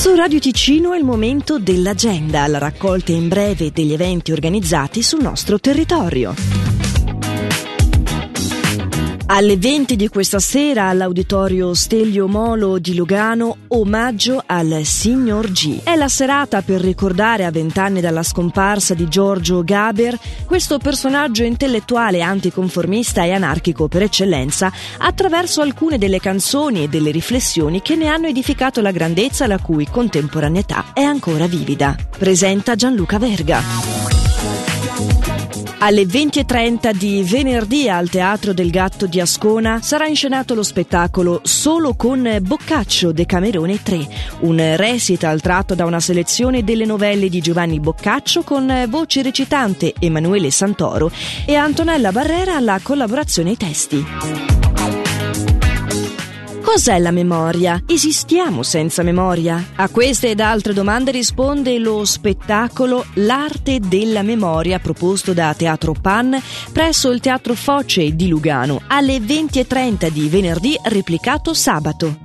Su Radio Ticino è il momento dell'agenda, la raccolta in breve degli eventi organizzati sul nostro territorio. Alle 20 di questa sera all'Auditorio Stelio Molo di Lugano, omaggio al Signor G. È la serata per ricordare a 20 anni dalla scomparsa di Giorgio Gaber, questo personaggio intellettuale anticonformista e anarchico per eccellenza, attraverso alcune delle canzoni e delle riflessioni che ne hanno edificato la grandezza la cui contemporaneità è ancora vivida. Presenta Gianluca Verga. Alle 20:30 di venerdì al Teatro del Gatto di Ascona sarà inscenato lo spettacolo Solo con Boccaccio Decamerone 3, un recital tratto da una selezione delle novelle di Giovanni Boccaccio con voce recitante Emanuele Santoro e Antonella Barrera alla collaborazione ai testi. Cos'è la memoria? Esistiamo senza memoria? A queste ed altre domande risponde lo spettacolo L'arte della memoria, proposto da Teatro Pan presso il Teatro Foce di Lugano, alle 20:30 di venerdì, replicato sabato.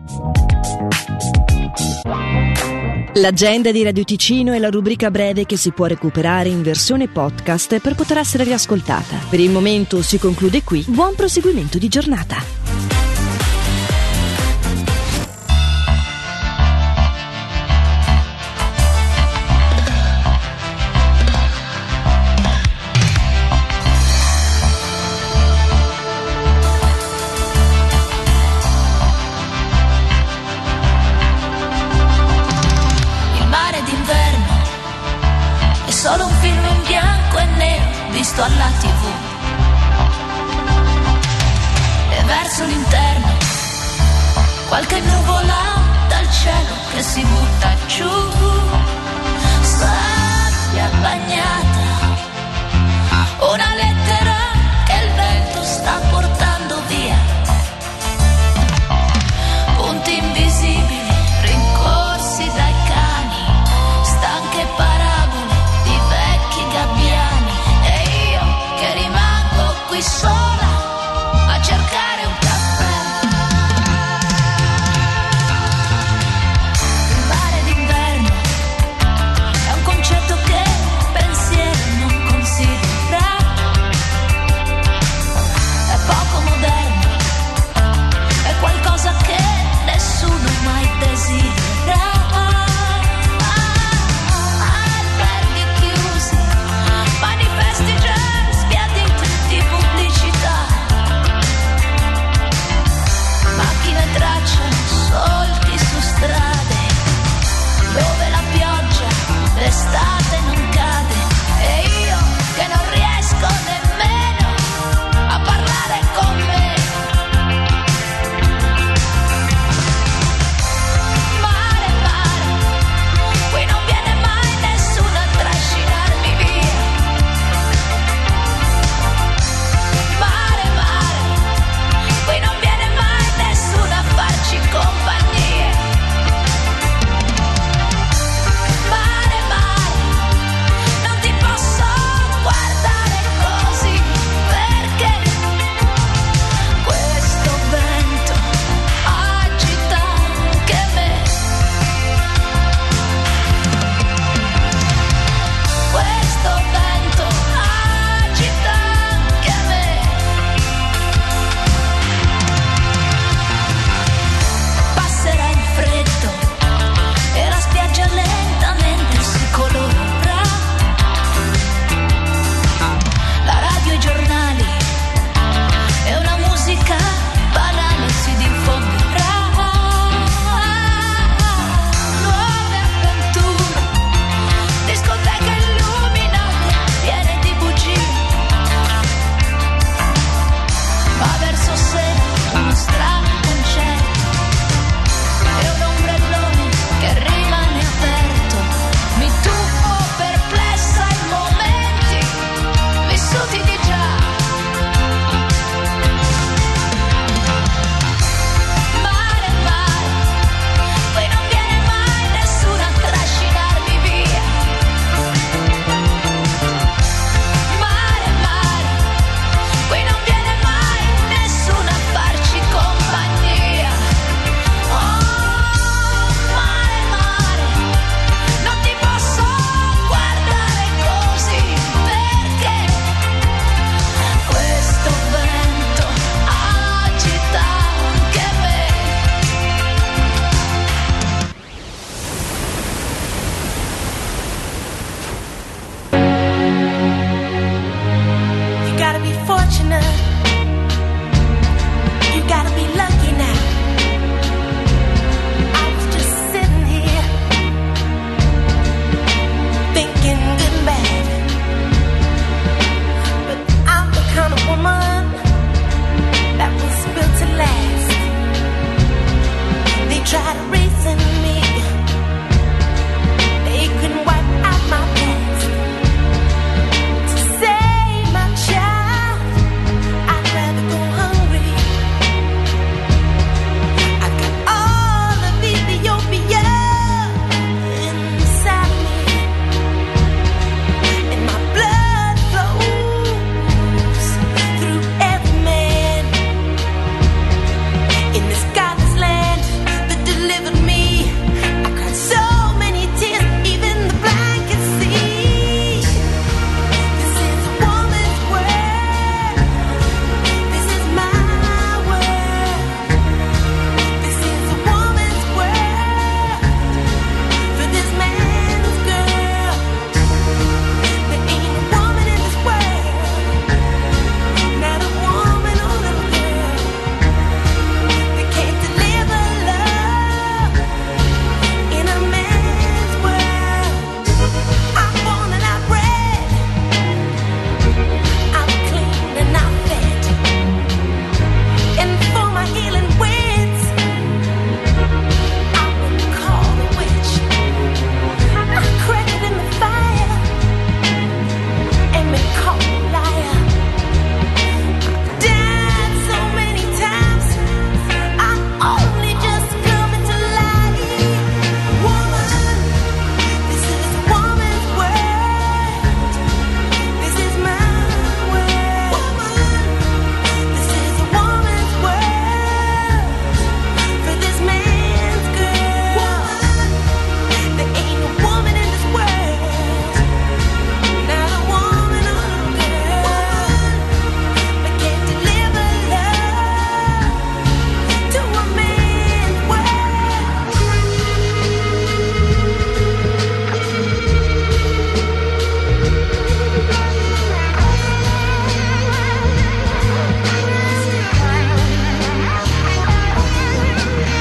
L'agenda di Radio Ticino è la rubrica breve che si può recuperare in versione podcast per poter essere riascoltata. Per il momento si conclude qui. Buon proseguimento di giornata. Solo un film in bianco e nero visto alla TV, e verso l'interno qualche nuvola dal cielo che si butta giù.